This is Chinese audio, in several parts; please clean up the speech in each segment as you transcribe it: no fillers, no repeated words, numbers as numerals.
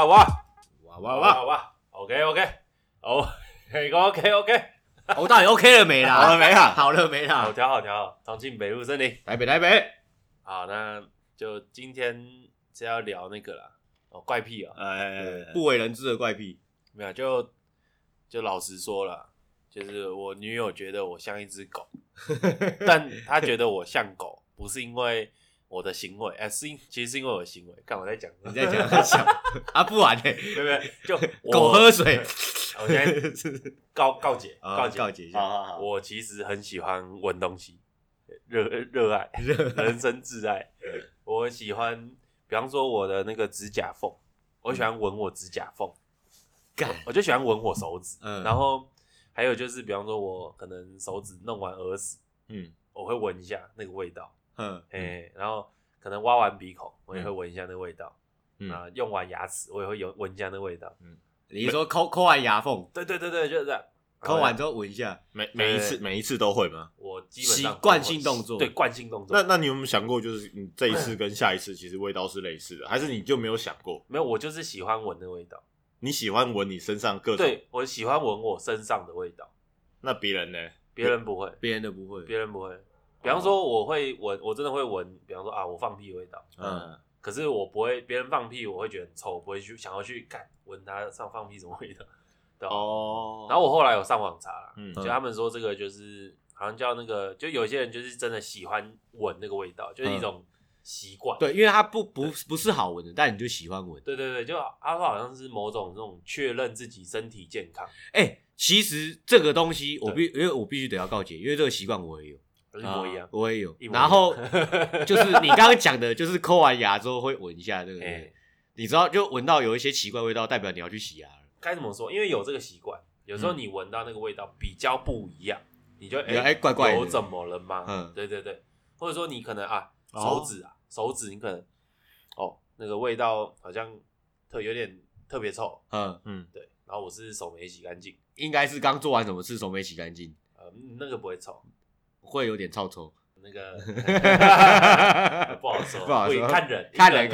OK， 我到底 OK 了没啦？ 好了没啦？ 好了没啦？ 好调，重庆北路森林。 台北。 好，那就今天是要聊那个啦，怪癖啊， 不为人知的怪癖。 没有，就老实说啦，就是我女友觉得我像一只狗，但她觉得我像狗，不是因为我的行为，其实是因为我的行为。看我在讲， 你在讲啊？不然呢？ 对，就狗喝水。 我现在告解一下。 好， 我其实很喜欢闻东西，热爱，人生挚爱。我喜欢，比方说我的那个指甲缝，我喜欢闻我指甲缝，我就喜欢闻我手指。然后还有就是，比方说我可能手指弄完耳屎，我会闻一下那个味道。然后可能挖完鼻孔，我也会闻一下那个味道。用完牙齿，我也会闻一下那个味道。 你是说抠完牙缝？ 对，就是这样。 抠完之后闻一下， 每一次都会吗？ 我基本上惯性动作， 对，惯性动作。 那你有没有想过，就是你这一次跟下一次其实味道是类似的，还是你就没有想过？ 没有，我就是喜欢闻的味道。 你喜欢闻你身上各种？ 对，我喜欢闻我身上的味道。 那别人呢？ 别人不会， 别人的不会， 别人不会。比方说，我会闻，我真的会闻。比方说啊，我放屁的味道。可是我不会，别人放屁我会觉得很臭，我不会去想要去闻他放屁什么味道。然后我后来有上网查啦，就他们说这个就是好像叫那个，就有些人就是真的喜欢闻那个味道，就是一种习惯。 对，因为它不是好闻的，但你就喜欢闻。 对，就他说好像是某种这种确认自己身体健康。 其实这个东西因为我必须得要告诫，因为这个习惯我也有。 一模一样， 我也有。然后就是你刚刚讲的，就是抠完牙之后会闻一下这个，你知道，就闻到有一些奇怪味道，代表你要去洗牙了。 该怎么说？因为有这个习惯，有时候你闻到那个味道比较不一样，你就怪怪的， 有怎么了吗？对，或者说你可能手指你可能那个味道好像有点特别臭，对，然后我是手没洗干净， 应该是刚做完什么事手没洗干净， 那个不会臭。 会有点臭臭， 那个不好说，看人，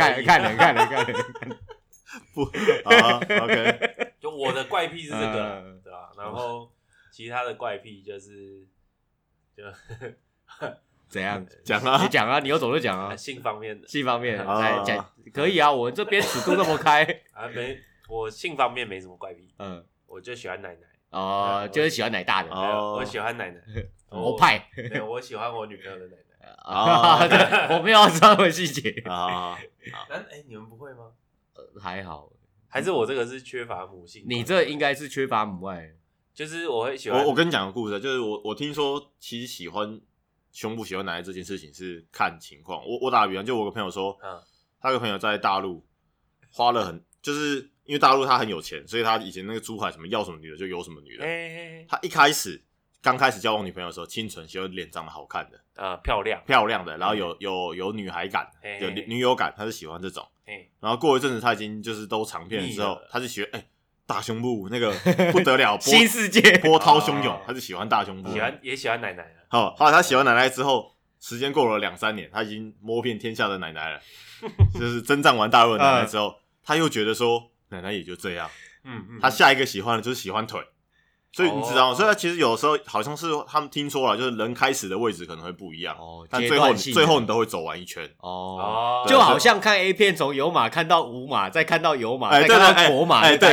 不，OK， 就我的怪癖是这个，对吧？然后其他的怪癖就怎样讲啊？ 你讲啊，你有种就讲啊， 性方面来讲可以啊，我这边尺度那么开我性方面没什么怪癖，我就喜欢奶奶，就是喜欢奶大的， 我喜欢奶奶。 我派， 对，我喜欢我女朋友的奶奶。我没有知道的细节啊。你们不会吗？ 还好， 还是我这个是缺乏母性？ 你这应该是缺乏母爱。 就是我会喜欢。 我跟你讲个故事，就是我听说，其实喜欢胸部、喜欢奶奶这件事情是看情况。我打个比方，就我有个朋友说，他有个朋友在大陆花了就是因为大陆他很有钱，所以他以前那个珠海什么要什么女的就有什么女的。他刚开始交往女朋友的时候，清纯，喜欢脸长得好看的， 漂亮的，然后有女孩感，有女友感，他是喜欢这种。然后过一阵子，他已经就是都长片了之后，他就喜欢大胸部那个不得了， 新世界波涛汹涌，他就喜欢大胸部， 也喜欢奶奶了。 好，后来他喜欢奶奶之后，时间过了2-3年，他已经摸遍天下的奶奶了，就是征战完大陆的奶奶之后，他又觉得说奶奶也就这样，他下一个喜欢的就是喜欢腿。所以你知道，所以他其实有时候好像是他们听说了，就是人开始的位置可能会不一样，但最后你都会走完一圈就好像看 A 片从有码看到无码，再看到有码，再看到国码， 对，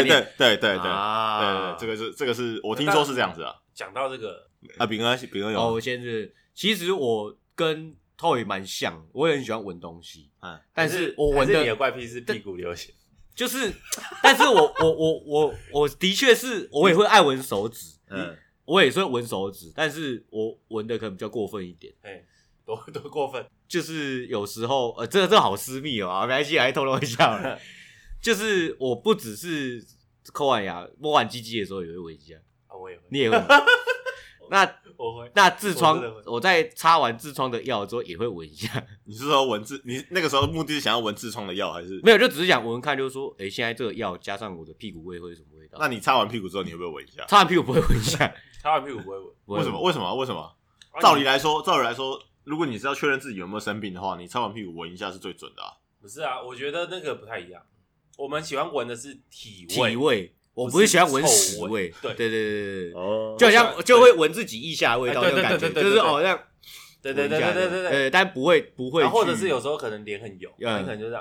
这个是我听说是这样子啊。 讲到这个饼哥有我先是，其实我跟 Toy 蛮像，我也很喜欢闻东西，但是我闻的你的怪癖是屁股流血。 就是，但是我的确是，我也会爱闻手指，我也是会闻手指，但是我闻的可能比较过分一点， 多过分， 就是有时候，这好私密哦，没关系，来透露一下，就是我不只是抠完牙、摸完鸡鸡的时候也会闻一下， 我也会， 你也会。那我会， 那痔疮，我在擦完痔疮的药之后也会闻一下。 你是说你那个时候目的是想要闻痔疮的药，还是没有？就只是想闻看，就是说，现在这个药加上我的屁股味会是什么味道？ 那你擦完屁股之后，你会不会闻一下？ 擦完屁股不会闻一下， 擦完屁股不会闻。 为什么？照理来说，如果你是要确认自己有没有生病的话，你擦完屁股闻一下是最准的啊。 不是啊，我觉得那个不太一样。 我们喜欢闻的是体味，我不是喜欢闻屎味。对，就好像就会闻自己腋下的味道那种感觉，就是好像对， 但不会， 或者是有时候可能脸很油，你可能就这样。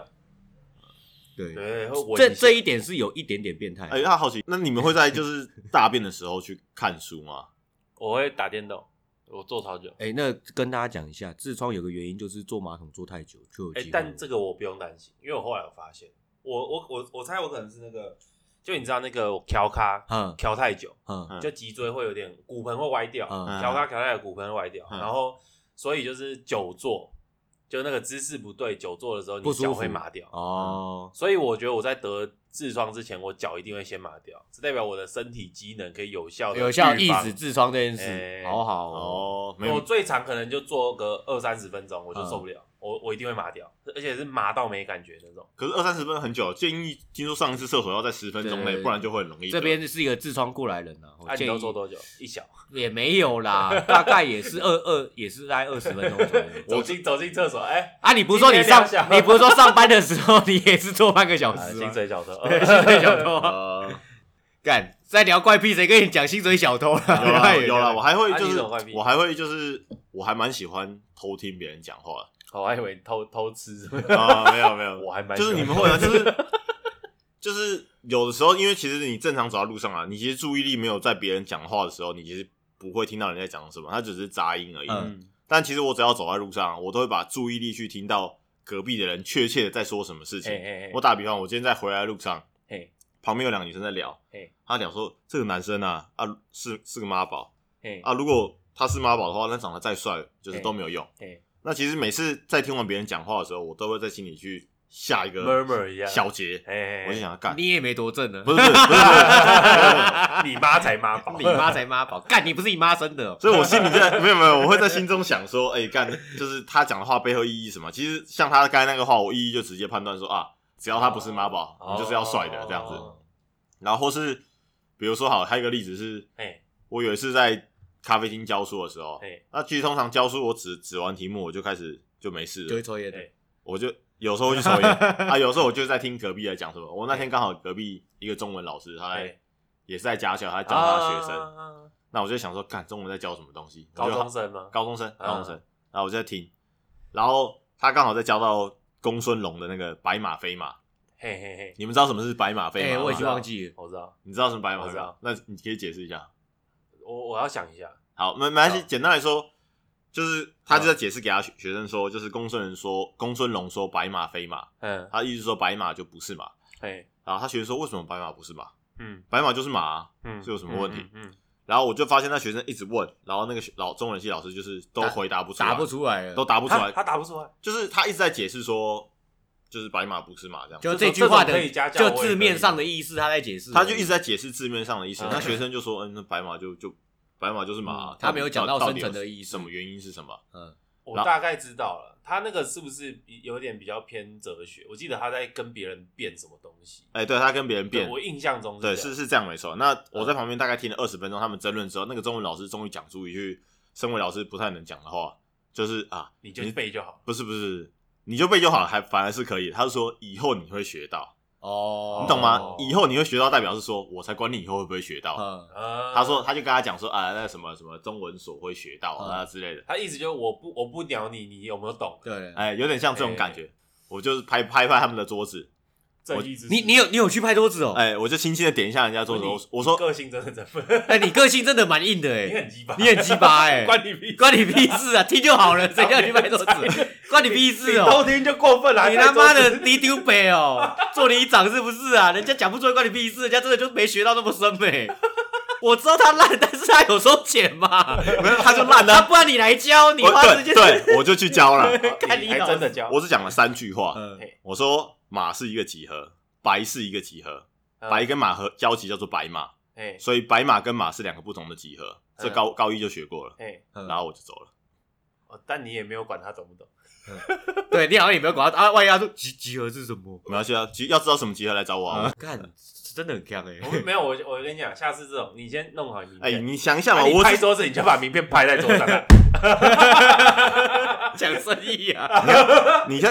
对，这一点是有一点点变态。 他好奇，那你们会在就是大便的时候去看书吗？ 我会打电动，我坐超久。 那跟大家讲一下，痔疮有个原因就是坐马桶坐太久就有机会。 但这个我不用担心，因为我后来有发现，我猜我可能是那个，就你知道那个调咖调太久，就脊椎会有点骨盆会歪掉，调咖调太久骨盆会歪掉，然后所以就是久坐。就那个姿势不对，久坐的时候你脚会麻掉所以我觉得我在得痔疮之前，我脚一定会先麻掉，这代表我的身体机能可以有效抑制痔瘡这件事，好我最长可能就做个20-30分钟，我就受不了，我一定会麻掉，而且是麻到没感觉那种。 可是20-30分钟很久，建议听说上一次厕所要在10分钟内，不然就会很容易。 这边是一个痔疮过来人啊， 你都做多久？1小也没有啦，大概也是也是大概20分钟左右。走进厕所， 你不是说你不是说上班的时候你也是坐半个小时吗？ 薪水小偷， 薪水小偷。干，在聊怪癖，谁跟你讲薪水小偷了？ 有啦，我还会我还蛮喜欢偷听别人讲话的。 我还以为偷吃。 没有， 我还蛮就是你们会就是有的时候，因为其实你正常走在路上啊，你其实注意力没有在别人讲话的时候，你其实不会听到人在讲什么，它只是杂音而已。但其实我只要走在路上，我都会把注意力去听到隔壁的人确切的在说什么事情。我打比方，我今天在回来的路上，旁边有2个女生在聊，她讲说这个男生是个妈宝如果他是妈宝的话，那长得再帅就是都没有用。那其实每次在听完别人讲话的时候，我都会在心里去下一个 murmur 一样小节，我就想要干。 你也没多正呢， 不是， 你妈才妈宝， 你妈才妈宝，干你不是你妈生的所以我心里没有，我会在心中想说，干，就是他讲的话背后意义什么？其实像他刚才那个话，我意义就直接判断说只要他不是妈宝，你就是要帅的这样子。然后或是比如说还有一个例子是，我有一次在咖啡厅教书的时候，那其实通常教书我指完题目我就开始就没事了， 就会抽烟， 我就有时候会去抽烟有时候我就在听隔壁在讲什么。我那天刚好隔壁一个中文老师，他也是在家教，他在教他的学生。那我就想说，干中文在教什么东西？ 高中生吗？ 高中生。然后我就在听，然后他刚好在教到公孙龙的那个白马非马。你们知道什么是白马非马吗？ 我已经忘记了。 我知道。 你知道什么白马非马？ 我知道。 那你可以解释一下。 我要想一下。 好，没关系。简单来说，就是他就在解释给他学生说，就是公孙龙说白马非马，他意思说白马就不是马。然后他学生说为什么白马不是马？白马就是马是有什么问题？然后我就发现那学生一直问，然后那个中文系老师就是都回答不出来，都答不出来。 他答不出来， 就是他一直在解释说，就是白马不是马这样。 就这句话的就字面上的意思，他在解释， 他就一直在解释字面上的意思。那学生就说，那白马白马就是马， 他没有讲到深层的意思， 什么原因是什么？ 我大概知道了，他那个是不是有点比较偏哲学？我记得他在跟别人辩什么东西。 对，他跟别人辩， 我印象中是这样没错。那我在旁边大概听了20分钟，他们争论之后，那个中文老师终于讲出一句身为老师不太能讲的话，就是你就背就好。 不是，你就背就好，反而是可以。他是说以后你会学到。你懂吗？以后你会学到，代表是说我才管你以后会不会学到。他就跟他讲说那什么什么中文所会学到之类的。 他意思就是我不鸟你，你有没有懂？ 对， 有点像这种感觉。我就是拍他们的桌子。 你有去拍桌子哦？ 我就轻轻的点一下人家桌子。我说个性真的真分。 你个性真的蛮硬的你很鸡巴， 关你屁事啊！听就好了，谁叫你去拍桌子？关你屁事哦！ 偷听就过分了， 你他妈的你丢北哦，做你长是不是啊？人家讲不出来关你屁事，人家真的就没学到那么深呗。我知道他烂，但是他有收钱嘛， 没有他就烂了， 不然你来教，你花时间对，我就去教了， 看你还真的教。 我只讲了3句话，我说马是一个几何，白是一个几何，白跟马交集叫做白马，所以白马跟马是2个不同的几何，这高一就学过了，然后我就走了。 但你也没有管他懂不懂。 对，你好像也没有管他万一他说集合是什么？ 没关系啊，要知道什么集合来找我啊！ 干，真的很强没有，我跟你讲，下次这种你先弄好名片。 你想一下嘛， 我拍桌子你就把名片拍在桌上。 讲生意啊！ 你看，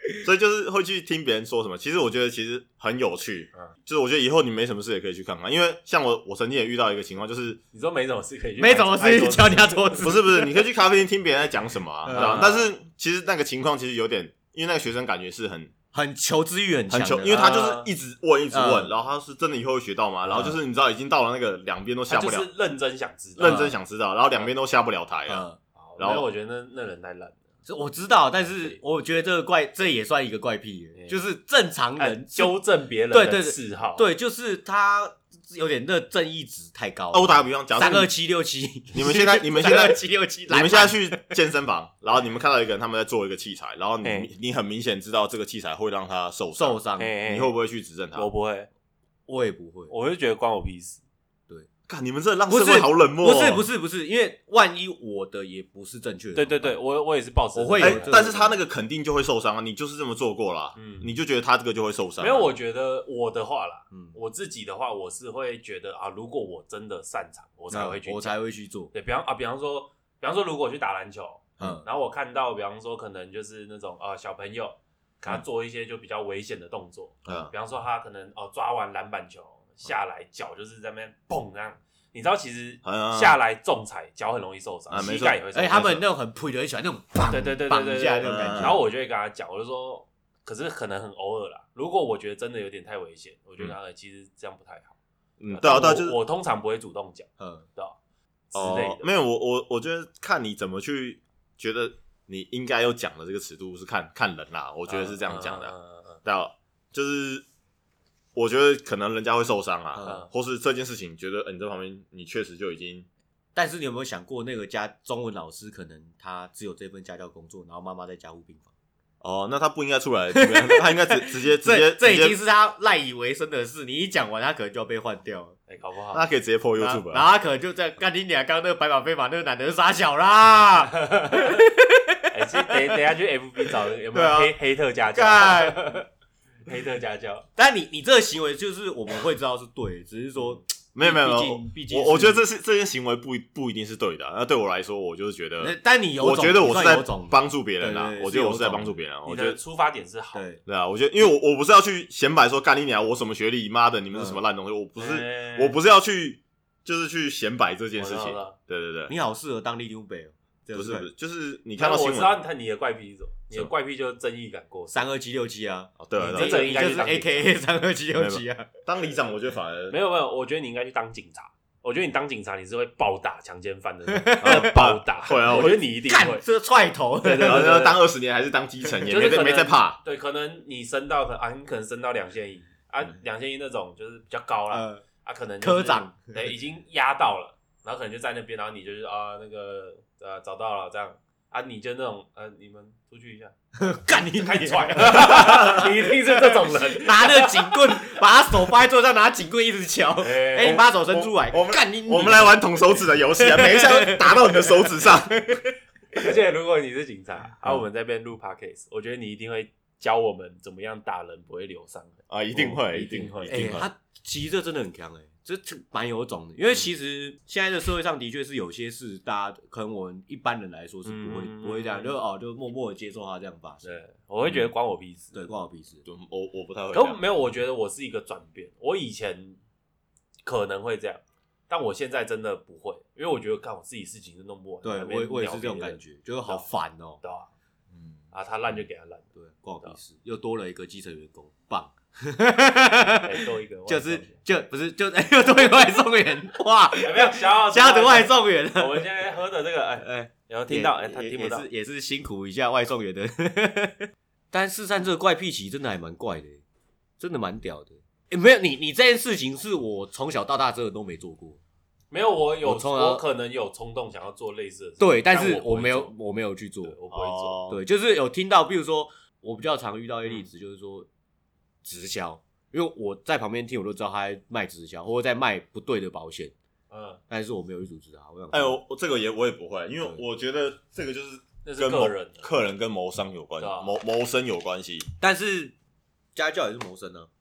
所以就是会去听别人说什么。其实我觉得其实很有趣，就是我觉得以后你没什么事也可以去看看，因为像我曾经也遇到一个情况，就是你说没什么事可以去， 没什么事去敲人家桌子， 不是，你可以去咖啡厅听别人在讲什么啊，但是其实那个情况其实有点，因为那个学生感觉是很求知欲很强的， 因为他就是一直问，然后他是真的以后会学到吗？然后就是你知道已经到了那个两边都下不了， 就是认真想知道， 然后两边都下不了台了。 然后我觉得那人太烂了。 我知道，但是我觉得这也算一个怪癖，就是正常人纠正别人的嗜好， 对，就是他有点那正义值太高了。 我打个比方，假设 32767， 你们现在 32767， 你们现在去健身房，然后你们看到一个人他们在做一个器材，然后你很明显知道这个器材会让他受伤，你会不会去指正他？ 我不会， 我也不会， 我就觉得关我屁事。 干，你们这让社会好冷漠。 不是，因为万一我的也不是正确的。 对，我也是抱持， 我会但是他那个肯定就会受伤啊，你就是这么做过啦，你就觉得他这个就会受伤。 没有，我觉得我的话啦，我自己的话，我是会觉得啊，如果我真的擅长，我才会去做。对，比方说，如果我去打篮球，然后我看到，比方说可能就是那种小朋友，他做一些就比较危险的动作，比方说他可能抓完篮板球。下来脚就是在那边蹦这样，你知道其实下来重踩脚很容易受伤，膝盖也会受伤。 他们那种很推的很喜欢那种绑一下那种感觉。 然后我就会跟他讲，我就说，可是可能很偶尔啦。如果我觉得真的有点太危险，我觉得其实这样不太好。 对啊，就是我通常不会主动讲，对吧？之类的。 没有，我觉得看你怎么去觉得你应该有讲的这个尺度是看人啦，我觉得是这样讲的，对啊，就是。我觉得可能人家会受伤啊，或是这件事情，觉得你这方面你确实就已经。 但是你有没有想过，那个中文老师可能他只有这份家教工作，然后妈妈在加护病房。 那他不应该出来，他应该直接这已经是他赖以为生的事。你一讲完，他可能就要被换掉了。 搞不好他可以直接破 YouTube， 然后他可能就在干你俩刚刚那个白马非马那个男的是傻小啦。 等下去 FB 找有没有黑特家教。黑特家教， 但你这个行为就是我们会知道是对的，只是说没有， 毕竟我觉得这些行为不一定是对的。那对我来说，我就是觉得， 但你有， 我觉得我是在帮助别人啦。我觉得我是在帮助别人。 我觉得出发点是好， 对啊。我觉得，因为我不是要去显摆说干你娘，我什么学历，妈的，你们是什么烂东西。我不是要去，就是去显摆这件事情。对， 你好适合当立牛北哦。 不是，就是你看到新闻， 我知道你的怪癖是什么，你的怪癖就是正义感过 32767啊， 对， 这应该就是 AKA 32767啊。 当里长，我觉得反而没有，我觉得你应该去当警察。我觉得你当警察，你是会暴打强奸犯的，暴打。 会啊， 我觉得你一定会。 这个踹头， 对，当20年还是当基层，也没在怕。 对，可能你升到你可能升到2,100啊，2,100那种就是比较高啦，可能科长， 对，已经压到了，然后可能就在那边，然后你就是那个找到了这样。你就那种你们出去一下， 干你太拽，你一定是这种人， 拿那个警棍，把他手放在桌上，拿警棍一直敲，你把手伸出来， 我们来玩捅手指的游戏啊，每一下都打到你的手指上。 而且如果你是警察，我们在这边录 podcast， 我觉得你一定会教我们怎么样打人不会流伤啊，一定会。 他其实这真的很强这蛮有种的，因为其实现在的社会上的确是有些事，大家可能我们一般人来说是不会这样，就默默的接受他这样发生。 对，我会觉得关我屁事。 对，关我屁事。 我不太会。 可没有，我觉得我是一个转变。我以前可能会这样，但我现在真的不会，因为我觉得干我自己事情都弄不完。 对，我也是这种感觉，就是好烦哦。 对啊，他烂就给他烂。 对，关我屁事。又多了一个基层员工，棒。 多一个， 又多一个外送员，哇！ 没有加的外送员。 我们现在喝的这个，有听到？他听不到， 也是辛苦一下外送员的。但四散这个怪癖其实真的还蛮怪的，真的蛮屌的。没有你这件事情是我从小到大真的都没做过。 没有，我可能有冲动想要做类似的事， 对，但是我没有去做， 我不会做。 对，就是有听到，比如说我比较常遇到一个例子，就是说直销，因为我在旁边听，我都知道他在卖直销，或者在卖不对的保险。但是我没有去阻止他。 我这个我也不会，因为我觉得这个就是跟客人跟谋商有关，谋生有关系。 但是家教也是谋生啊。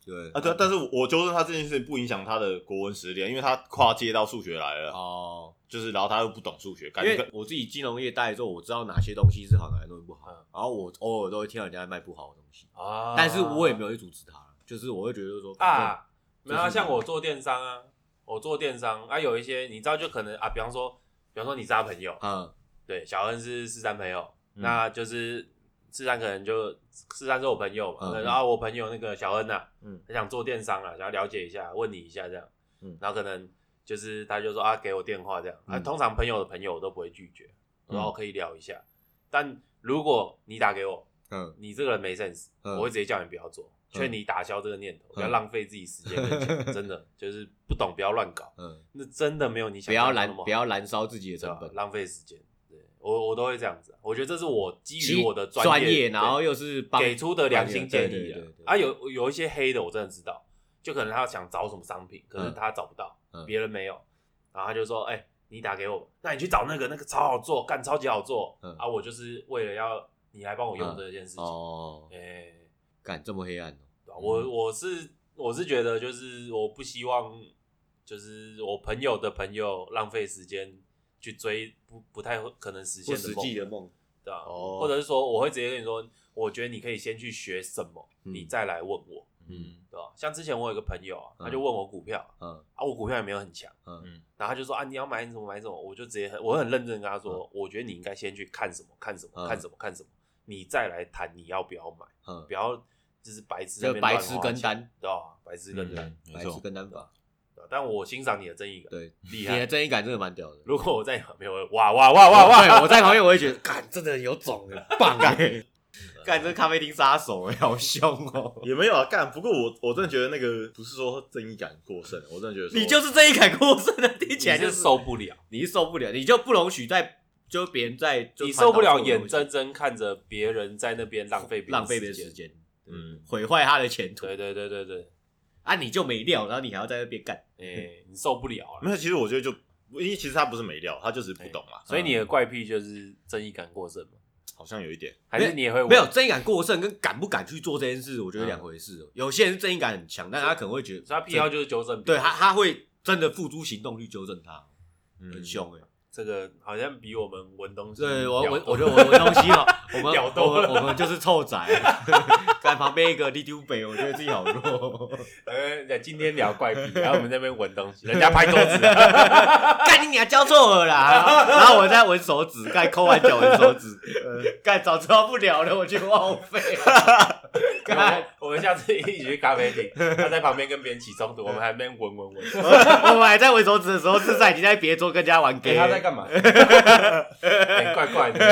对啊，对，但是我纠正他这件事不影响他的国文实力，因为他跨界到数学来了。 哦， 就是然后他又不懂数学， 因为我自己金融业待之后，我知道哪些东西是好，哪些东西不好，然后我偶尔都会听到人家卖不好的东西啊，但是我也没有去阻止他，就是我会觉得说啊，没有像我做电商啊，有一些你知道就可能啊，比方说你是他朋友，对，小恩是43朋友，那就是43可能就43是我朋友嘛，然后我朋友那个小恩啊，他想做电商啊，想要了解一下，问你一下这样，然后可能就是他就说啊，给我电话这样，通常朋友的朋友我都不会拒绝，然后可以聊一下，但如果你打给我，你这个人没 sense，我会直接叫你不要做，劝你打消这个念头，不要浪费自己时间跟钱，真的就是不懂不要乱搞，那真的没有你想象那么好， 不要燃烧自己的成本， 浪费时间。我都会这样子，我觉得这是我基于我的专业，然后又是给出的良心建议啊。有一些黑的我真的知道，就可能他想找什么商品，可是他找不到，别人没有，然后他就说，你打给我，那你去找那个超好做，干超级好做啊！我就是为了要你来帮我用这件事情哦， 干这么黑暗哦。 我是觉得就是我不希望就是我朋友的朋友浪费时间。去追不太可能实现的梦，不实际的梦， 对吧？或者是说，我会直接跟你说，我觉得你可以先去学什么，你再来问我，对吧？像之前我有一个朋友啊，他就问我股票，我股票也没有很强，然后他就说啊，你要买什么买什么，我就直接我很认真跟他说，我觉得你应该先去看什么，你再来谈你要不要买，不要就是白痴跟单， 对吧？白痴跟单法。 但我欣赏你的正义感， 对， 厉害， 你的正义感真的蛮屌的。 如果我在旁边，哇， 我在旁边我会觉得，干，真的有种，棒哎！干，这咖啡厅杀手哎，好凶哦！ 也没有啊，干。不过我真的觉得那个不是说正义感过剩，我真的觉得你就是正义感过剩的，听起来就是受不了， 你是受不了，你就不容许就别人在， 你受不了眼睁睁看着别人在那边浪费别人时间，毁坏他的前途。 对。 啊，你就没料，然后你还要在那边干， 你受不了啊！ 没有，其实我觉得因为其实他不是没料，他就是不懂嘛。 所以你的怪癖就是正义感过剩嘛？ 好像有一点， 还是你也会没有正义感过剩跟敢不敢去做这件事，我觉得两回事。有些人正义感很强，但他可能会觉得他癖好就是纠正， 对他会真的付诸行动去纠正他，很凶这个好像比我们闻东西， 对我觉得我闻东西哈，我们就是臭宅，在旁边一个立丢北，我觉得自己好弱。 今天聊怪癖，然后我们在那边闻东西，人家拍桌子， 干你娘交错了啦！然后我在闻手指，干抠完脚闻手指，干早知道不聊了，我去浪费。 我们下次一起去咖啡厅，他在旁边跟别人起冲突，我们还没闻， 我们还在闻手指的时候，至少已经在别桌跟人家玩 gay。 他在干嘛？怪怪的，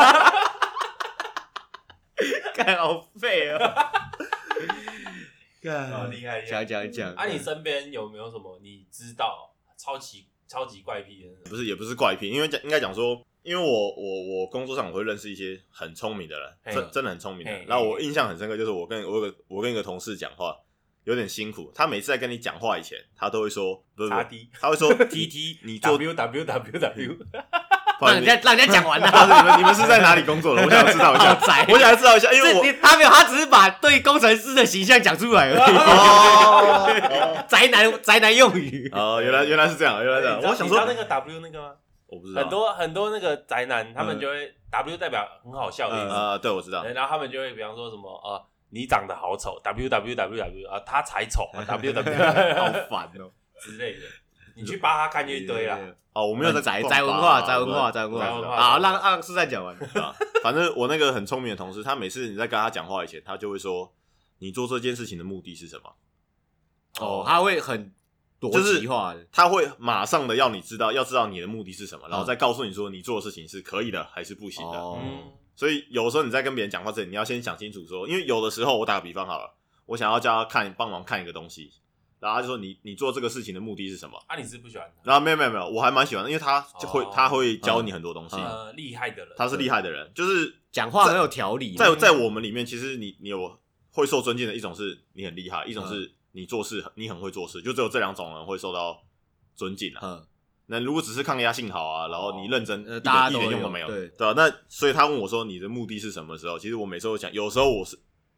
干好废啊！ 干厉害， 讲。 啊，你身边有没有什么你知道超级怪癖的？ 不是，也不是怪癖，因为应该讲说，因为我工作上我会认识一些很聪明的人，真的很聪明的人。然后我印象很深刻，就是我跟一个同事讲话有点辛苦，他每次在跟你讲话以前，他都会说叉 D， 他会说 TT， 你做 W， 让人家讲完了。 你们是在哪里工作的？我想知道一下。我想知道一下，因为他只是把对工程师的形象讲出来而已。宅男用语。 原来是这样，我想说那个 W 那个吗？ 我不知道。 很多那个宅男，他们就会 W 代表很好笑的意思。 对，我知道。 然后他们就会比方说什么你长得好丑 ，W 啊，他才丑啊 ，W 好烦哦之类的。你去扒他看就一堆啦。 我没有在宅文化。好，让世善讲完。 反正我那个很聪明的同事，他每次你在跟他讲话以前，他就会说：“你做这件事情的目的是什么？” 他会很逻辑化的， 他会马上的要知道你的目的是什么，然后再告诉你说你做的事情是可以的还是不行的。所以有时候你在跟别人讲话之前，你要先想清楚说，因为有的时候我打个比方好了，我想要叫他帮忙看一个东西。然后他就说你做这个事情的目的是什么？ 你是不喜欢他？ 然后没有，我还蛮喜欢的，因为他会教你很多东西。 厉害的人， 他是厉害的人，就是讲话很有条理。 在我们里面，其实你有会受尊敬的一种是你很厉害，一种是你做事你很会做事，就只有这两种人会受到尊敬啊。那如果只是抗压性好啊，然后你认真，一点用都没有，对吧？那所以他问我说你的目的是什么的时候，其实我每次都讲，有时候因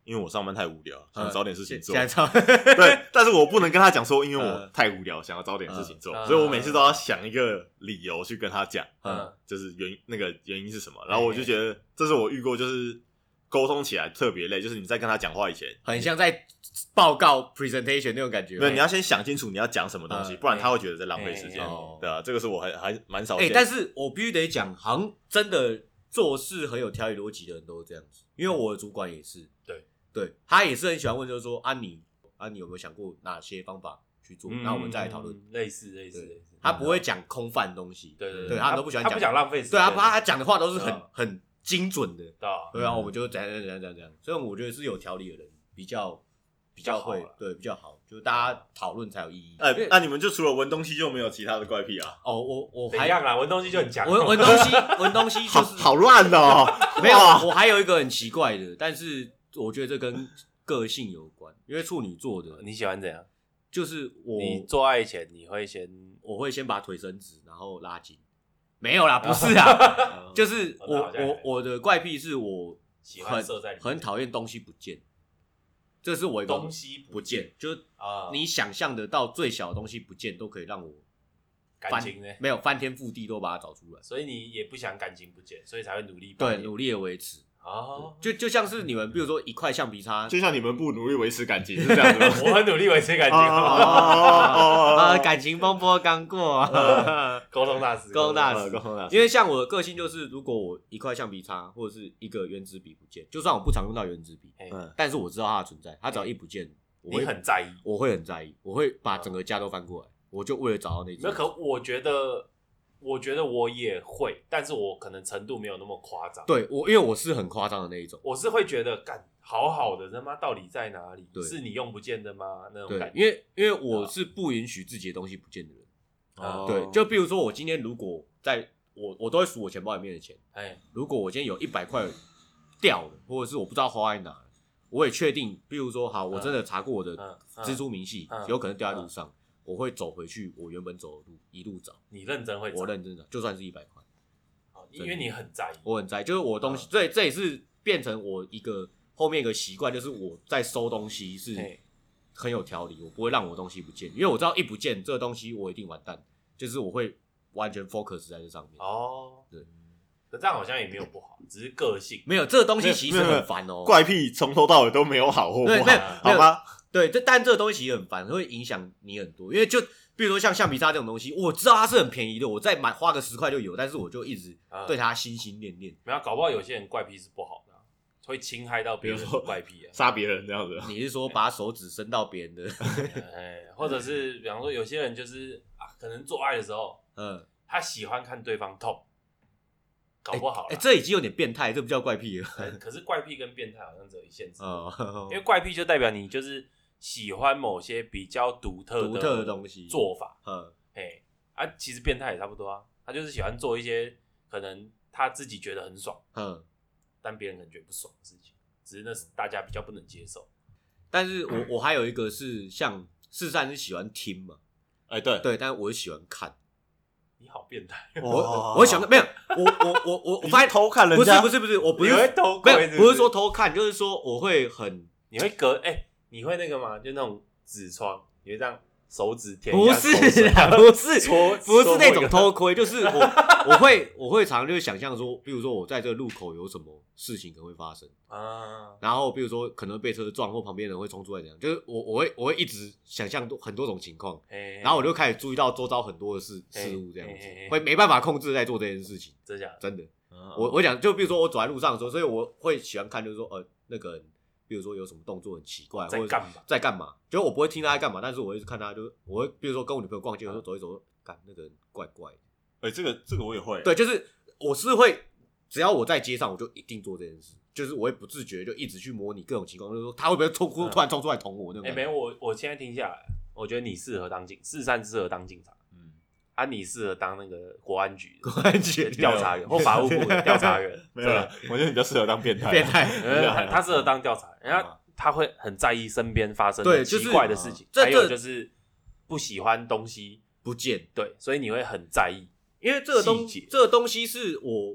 因为我上班太无聊，想找点事情做。 对， 但是我不能跟他讲说，因为我太无聊，想要找点事情做，所以我每次都要想一个理由去跟他讲，就是原因是什么。然后我就觉得这是我遇过就是沟通起来特别累，就是你在跟他讲话以前， 很像在报告 presentation 那种感觉。 对，你要先想清楚你要讲什么东西，不然他会觉得在浪费时间。对啊，这个是我还蛮少见。 但是我必须得讲，好像真的做事很有条理逻辑的人都是这样子，因为我的主管也是，对，他也是很喜欢问，就是说你有没有想过哪些方法去做？那我们再来讨论。 类似， 他不会讲空泛的东西， 对， 他都不喜欢讲， 他不讲浪费时间， 对啊，他讲的话都是很精准的， 对啊，我们就怎样，所以我觉得是有条理的人比较会，对，比较好，就是大家讨论才有意义。 那你们就除了闻东西就没有其他的怪癖啊？ 哦，我还一样啦，闻东西就很强， 闻东西就是好乱哦。 没有，我还有一个很奇怪的，但是我觉得这跟个性有关，因为处女座的， 你喜欢怎样？ 就是你做爱前我会先把腿伸直，然后拉筋。没有啦，不是啊，就是我的怪癖是我喜欢射在里面， 很讨厌东西不见。这是我一个东西不见，就是你想象得到最小的东西不见，都可以让我感情呢没有翻天覆地都把它找出来。 所以你也不想感情不见，所以才会努力的维持。就像是你们，比如说一块橡皮擦， 就像你们不努力维持感情是这样子吗？ 我很努力维持感情。 感情风波刚过， 沟通大师。 因为像我的个性就是，如果我一块橡皮擦或者是一个原子笔不见，就算我不常用到原子笔，但是我知道它的存在，它只要一不见， 你很在意， 我会很在意，我会把整个家都翻过来，我就为了找到那只。 没有，可我觉得我也会，但是我可能程度没有那么夸张。 对，因为我是很夸张的那一种， 我是会觉得干好好的，他妈到底在哪里？是你用不见的吗？那种感觉。因为我是不允许自己的东西不见的人。对，就比如说我今天如果我都会数我钱包里面的钱。如果我今天有100块掉了，或者是我不知道花在哪，我也确定，比如说好，我真的查过我的支出明细，有可能掉在路上。我会走回去我原本走的路，一路找。 你认真会找？ 我认真找，就算是100块。 因为你很在意。 我很在意，就是我东西，这也是变成我后面一个习惯，就是我在收东西是很有条理，我不会让我东西不见，因为我知道一不见这个东西我一定完蛋，就是我会完全 focus 在这上面。对。 可这样好像也没有不好，只是个性。 没有，这个东西其实很烦哦。 怪癖从头到尾都没有好或不好，好吗？ 对，但这个东西其实很烦，会影响你很多。因为就比如说像橡皮擦这种东西，我知道它是很便宜的，我再花个10块就有，但是我就一直对它心心念念。 没有，搞不好有些人怪癖是不好的，会侵害到别人的怪癖杀别人这样子。 你是说把手指伸到别人的？ 或者是比方说有些人就是可能做爱的时候，他喜欢看对方痛。搞不好这已经有点变态，这不叫怪癖了。 可是怪癖跟变态好像只有一线之隔，因为怪癖就代表你就是喜欢某些比较独特的东西做法。其实变态也差不多啊，他就是喜欢做一些可能他自己觉得很爽，但别人可能觉得不爽的事情，只是那是大家比较不能接受。 但是我还有一个是像世善是喜欢听嘛，对，但我是喜欢看。 你好变态！ 我喜欢没有我发现偷看人家不是，我不是会偷窥， 不是说偷看，就是说我会你会你会那个吗？就那种纸窗，你会这样手指舔一下口水？不是那种偷窥，就是我会常常就是想象说，比如说我在这个路口有什么事情可能会发生然后比如说可能被车撞或旁边人会冲出来怎样，就是我会一直想象很多种情况，然后我就开始注意到周遭很多的事物这样子，会没办法控制在做这件事情，真的。我讲就比如说我走在路上的时候，所以我会喜欢看，就是说那个人。比如说有什么动作很奇怪，或者在干嘛，就我不会听他在干嘛，但是我会看他，就我会比如说跟我女朋友逛街的时候走一走，干那个人怪怪的。 这个我也会。 对，就是我是会，只要我在街上，我就一定做这件事，就是我会不自觉就一直去模拟各种情况，就是说他会不会突然冲出来捅我那种。 没有，我现在听下来，我觉得你适合当世善适合当警察。你适合当那个国安局调查员或法务部的调查员。 没有，我觉得你比较适合当变态。 他适合当调查员，然后他会很在意身边发生的奇怪的事情，还有就是不喜欢东西不见。 对，所以你会很在意， 因为这个东西是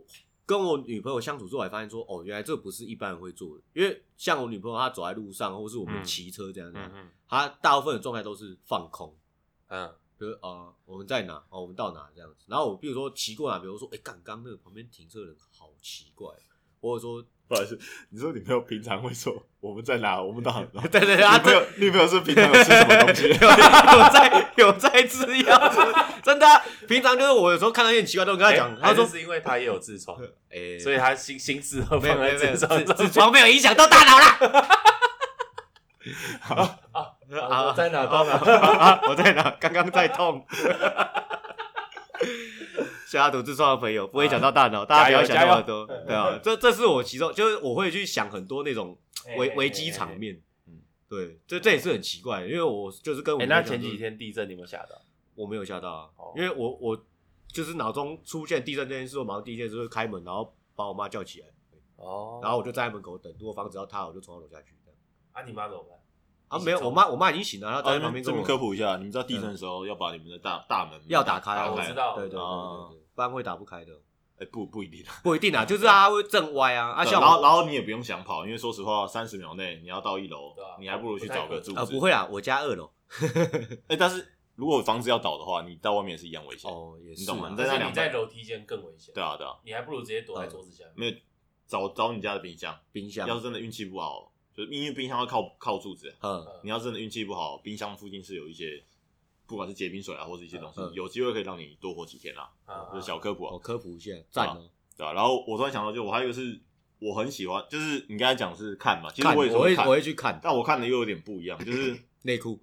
跟我女朋友相处之后，还发现说，原来这不是一般人会做的。因为像我女朋友，她走在路上，或是我们骑车这样，她大部分的状态都是放空，比如我们在哪，我们到哪这样子。然后我比如说骑过哪，比如说，刚刚那个旁边停车的人好奇怪，或者说。 不好意思，你说女朋友平常会说我们在哪，我们到哪？ 对， 女朋友是平常有吃什么东西？ 有在吃药，真的、平常就是我有时候看到一些奇怪的东西，跟他讲，他说是因为他也有痔疮，所以他心思都放在痔疮没有影响到大脑啦。 我在哪？ 我在哪？刚刚在痛。下图痔疮的朋友不会讲到大脑，大家不要想那么多，对啊，这是我其中就是我会去想很多那种危机场面，对，这也是很奇怪的，因为我就是跟我那前几天地震你有没有吓到？ 我没有吓到啊，因为我就是脑中出现地震这件事，我马上第一件事就是开门，然后把我妈叫起来，然后我就站在门口等，如果房子要塌，我就从楼下去。 你妈怎么办？ 没有，我妈已经醒了，她在旁边。 这边科普一下，你们知道地震的时候要把你们的大门要打开， 我知道， 对，不然会打不开的。 不一定， 不一定啊，就是它会震歪啊。 然后你也不用想跑，因为说实话，30秒内你要到1楼，你还不如去找个柱子。 不会啦，我家2楼。 但是如果房子要倒的话，你到外面是一样危险。 也是， 你懂吗？ 你在楼梯间更危险。 对啊， 你还不如直接躲在桌子下。 没有找你家的冰箱，要是真的运气不好。就是因为冰箱要靠柱子，你要真的运气不好，冰箱附近是有一些，不管是结冰水啊，或是一些东西，有机会可以让你多活几天啦。就是小科普啊， 科普一下，赞哦。 对啊，然后我突然想到，就我还有一个是我很喜欢，就是你刚才讲是看嘛，其实我会去看， 但我看的又有点不一样，就是内裤。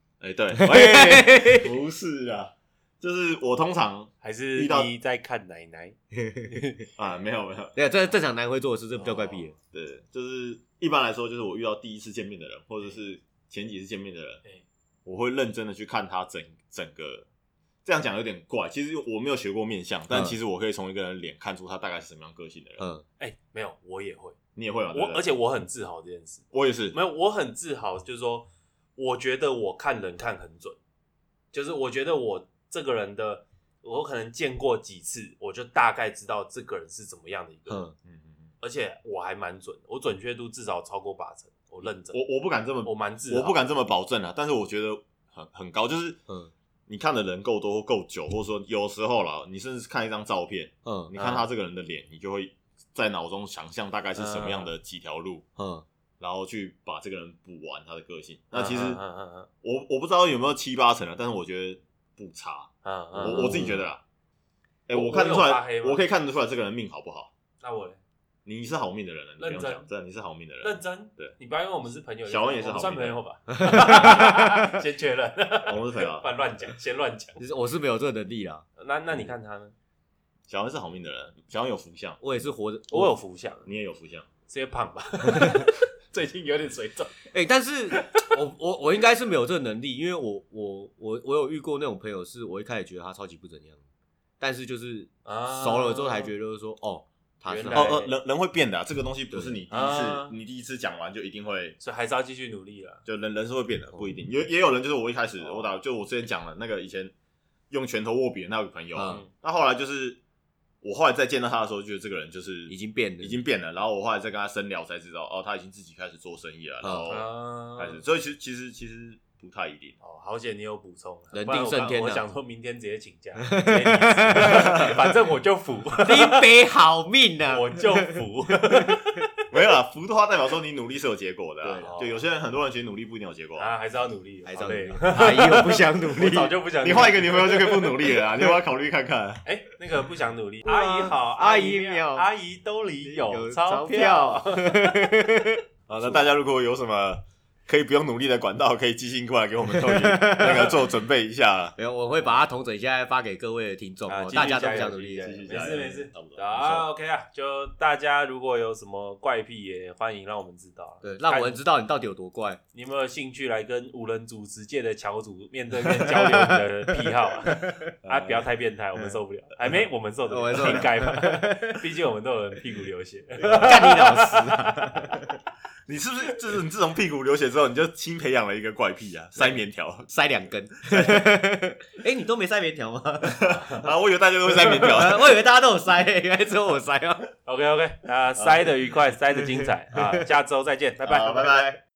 对，不是啊。就是我通常还是你在看奶奶没有， 对，这正常男人会做的事，这比较怪癖的。 对，就是一般来说，就是我遇到第一次见面的人，或者是前几次见面的人，我会认真的去看他整个。这样讲有点怪，其实我没有学过面相，但其实我可以从一个人脸看出他大概是什么样个性的人。 没有，我也会， 你也会吗？ 而且我很自豪这件事。 我也是， 没有，我很自豪，就是说，我觉得我看人看很准，就是我觉得我这个人的，我可能见过几次，我就大概知道这个人是怎么样的一个人。而且我还蛮准的，我准确度至少超过80%，我认真。 我不敢这么， 我蛮自豪， 我不敢这么保证啊，但是我觉得很高，就是你看的人够多或够久，或者说有时候啦，你甚至看一张照片，你看他这个人的脸，你就会在脑中想象大概是什么样的几条路，然后去把这个人补完他的个性。那其实我不知道有没有7、8成啊，但是我觉得不差。我自己觉得啦。我看得出来，我可以看得出来这个人命好不好。 那我呢？ 你是好命的人了，你不用讲，真的你是好命的人。 认真，对，你不要因为我们是朋友， 小恩也是好命， 算朋友吧。先确认， 我们是朋友， 不然乱讲，先乱讲。 我是没有这个能力啦。 那你看他呢？ 小恩是好命的人，小恩有福相， 我也是活着， 我有福相， 你也有福相， 是因为胖吧？最近有点水肿。 但是我应该是没有这个能力，因为我有遇过那种朋友，是我一开始觉得他超级不怎样，但是就是熟了之后才觉得就是说他是人会变的啊，这个东西不是你第一次讲完就一定会， 所以还是要继续努力了。 就人是会变的，不一定。也有人就是我一开始就我之前讲了那个以前用拳头握笔的那个朋友，那后来就是我后来再见到他的时候，觉得这个人就是已经变了。 然后我后来再跟他深聊才知道，他已经自己开始做生意了，然后开始，所以其实不太一定。 好险你有补充， 人定胜天。 我想说明天直接请假，反正我就服。 你北好命啊， 我就服。 没有啦，服的话代表说你努力是有结果的。对，有些人很多人其实努力不一定有结果还是要努力， 还是要累。 阿姨我不想努力， 我早就不想努力。 你换一个女朋友就可以不努力了，你要不要考虑看看？ 那个不想努力。阿姨好， 阿姨妙， 阿姨兜里有钞票。 那大家如果有什么可以不用努力的管道，可以寄信过来给我们那个做准备一下。 没有，我会把它统整一下发给各位的听众，大家都不想努力， 没事。OK 啊，就大家如果有什么怪癖，也欢迎让我们知道。 对，让我们知道你到底有多怪。 你有没有兴趣来跟5人主持界的乔主面对面交流你的癖好不要太变态，我们受不了。我们受得了，应该吧？毕竟我们都有人屁股流血。 干你老师啊！ 你是不是就是你自从屁股流血之后，你就新培养了一个怪癖啊？塞棉条， 塞2根。你都没塞棉条吗？ 啊，我以为大家都会塞棉条， 我以为大家都有塞，原来只有我塞啊。 OK， 塞的愉快，塞的精彩啊！下周再见，拜拜， 拜拜。